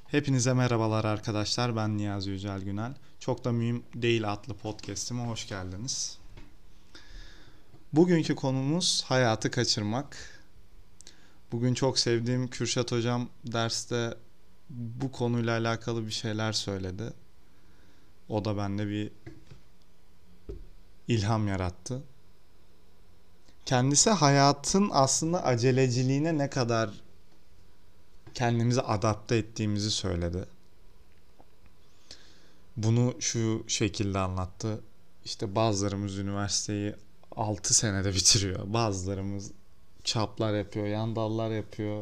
Hepinize merhabalar arkadaşlar. Ben Niyazi Yücel Günel. Çok da mühim değil adlı podcast'ime hoş geldiniz. Bugünkü konumuz hayatı kaçırmak. Bugün çok sevdiğim Kürşat hocam derste bu konuyla alakalı bir şeyler söyledi. O da bende bir ilham yarattı. Kendisi hayatın aslında aceleciliğine ne kadar kendimizi adapte ettiğimizi söyledi. Bunu şu şekilde anlattı. İşte bazılarımız üniversiteyi 6 senede bitiriyor. Bazılarımız çaplar yapıyor, yan dallar yapıyor.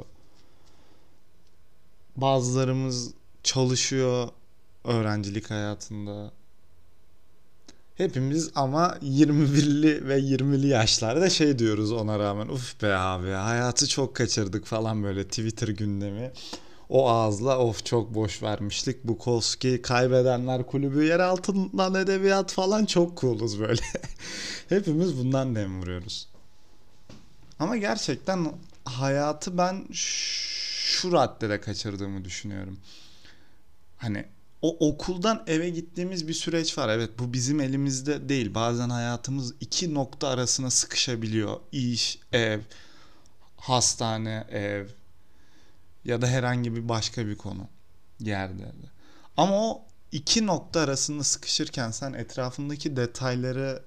Bazılarımız çalışıyor öğrencilik hayatında. Hepimiz ama 21'li ve 20'li yaşlarda şey diyoruz ona rağmen. Uf be abi hayatı çok kaçırdık falan böyle Twitter gündemi. O ağızla of çok boş vermiştik. Bukowski, Kaybedenler Kulübü, yer altından edebiyat falan çok cool'uz böyle. Hepimiz bundan dem vuruyoruz. Ama gerçekten hayatı ben şu raddede kaçırdığımı düşünüyorum. Hani o okuldan eve gittiğimiz bir süreç var. Evet bu bizim elimizde değil. Bazen hayatımız iki nokta arasına sıkışabiliyor. İş, ev, hastane, ev ya da herhangi bir başka bir konu yerde. Ama o iki nokta arasında sıkışırken sen etrafındaki detayları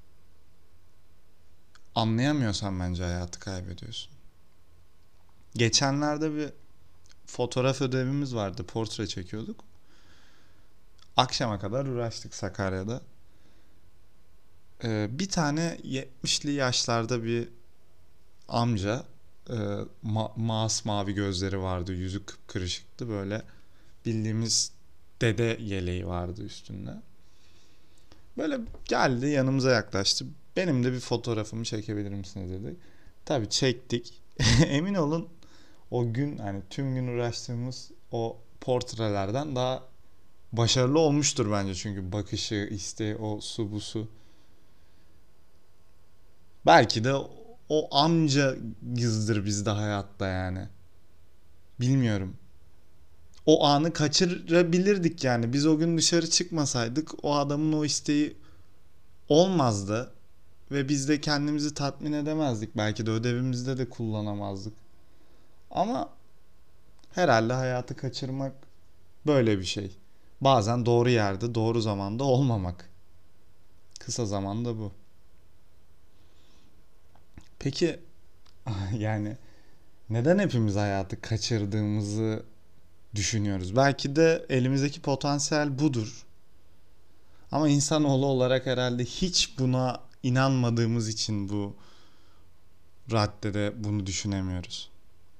anlayamıyorsan bence hayatı kaybediyorsun. Geçenlerde bir fotoğraf ödevimiz vardı. Portre çekiyorduk. Akşama kadar uğraştık Sakarya'da. Bir tane 70'li yaşlarda bir amca, e, masmavi gözleri vardı. Yüzü kıpkırışıktı böyle. Bildiğimiz dede yeleği vardı üstünde. Böyle geldi yanımıza yaklaştı. Benim de bir fotoğrafımı çekebilir misiniz dedi. Tabii çektik. Emin olun o gün hani tüm gün uğraştığımız o portrelerden daha başarılı olmuştur bence. Çünkü bakışı, isteği, o su bu su. Belki de o amca gizdir bizde hayatta yani. Bilmiyorum. O anı kaçırabilirdik yani. Biz o gün dışarı çıkmasaydık o adamın o isteği olmazdı. Ve biz de kendimizi tatmin edemezdik. Belki de ödevimizde de kullanamazdık. Ama herhalde hayatı kaçırmak böyle bir şey. Bazen doğru yerde, doğru zamanda olmamak. Kısa zamanda bu. Peki yani neden hepimiz hayatı kaçırdığımızı düşünüyoruz? Belki de elimizdeki potansiyel budur. Ama insanoğlu olarak herhalde hiç buna inanmadığımız için bu raddede bunu düşünemiyoruz.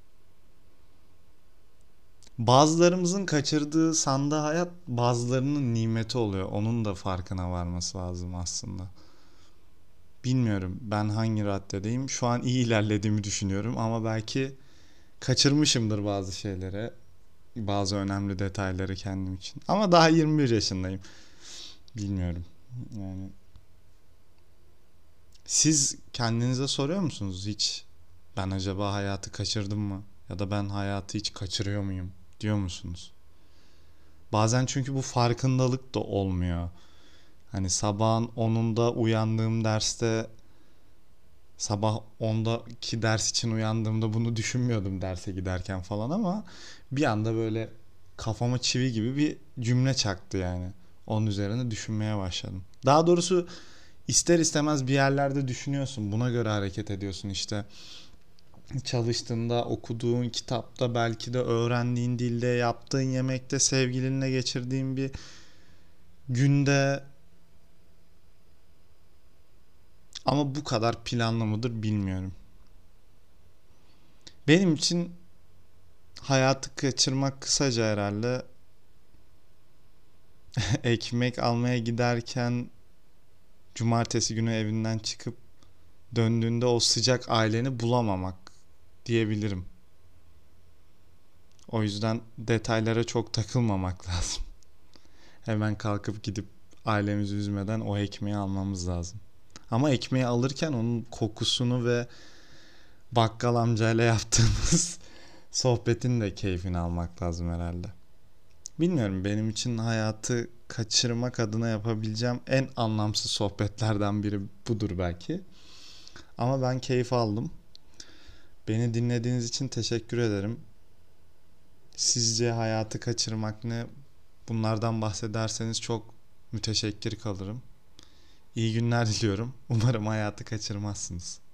Bazılarımızın kaçırdığı sandığı hayat bazılarının nimeti oluyor. Onun da farkına varması lazım aslında. Bilmiyorum ben hangi raddedeyim. Şu an iyi ilerlediğimi düşünüyorum ama belki kaçırmışımdır bazı şeylere. Bazı önemli detayları kendim için. Ama daha 21 yaşındayım. Bilmiyorum. Yani siz kendinize soruyor musunuz hiç? Ben acaba hayatı kaçırdım mı? Ya da ben hayatı hiç kaçırıyor muyum? Diyor musunuz? Bazen çünkü bu farkındalık da olmuyor. Hani sabahın 10'unda uyandığım derste sabah 10'daki ders için uyandığımda bunu düşünmüyordum derse giderken falan ama bir anda böyle kafama çivi gibi bir cümle çaktı yani. Onun üzerine düşünmeye başladım. Daha doğrusu ister istemez bir yerlerde düşünüyorsun. Buna göre hareket ediyorsun işte. Çalıştığında, okuduğun kitapta, belki de öğrendiğin dilde, yaptığın yemekte, sevgilinle geçirdiğin bir günde. Ama bu kadar planlı mıdır bilmiyorum. Benim için hayatı kaçırmak kısaca herhalde ekmek almaya giderken cumartesi günü evinden çıkıp döndüğünde o sıcak aileni bulamamak diyebilirim. O yüzden detaylara çok takılmamak lazım. Hemen kalkıp gidip ailemizi üzmeden o ekmeği almamız lazım. Ama ekmeği alırken onun kokusunu ve bakkal amcayla yaptığımız sohbetin de keyfini almak lazım herhalde. Bilmiyorum, benim için hayatı kaçırmak adına yapabileceğim en anlamsız sohbetlerden biri budur belki. Ama ben keyif aldım. Beni dinlediğiniz için teşekkür ederim. Sizce hayatı kaçırmak ne? Bunlardan bahsederseniz çok müteşekkir kalırım. İyi günler diliyorum. Umarım hayatı kaçırmazsınız.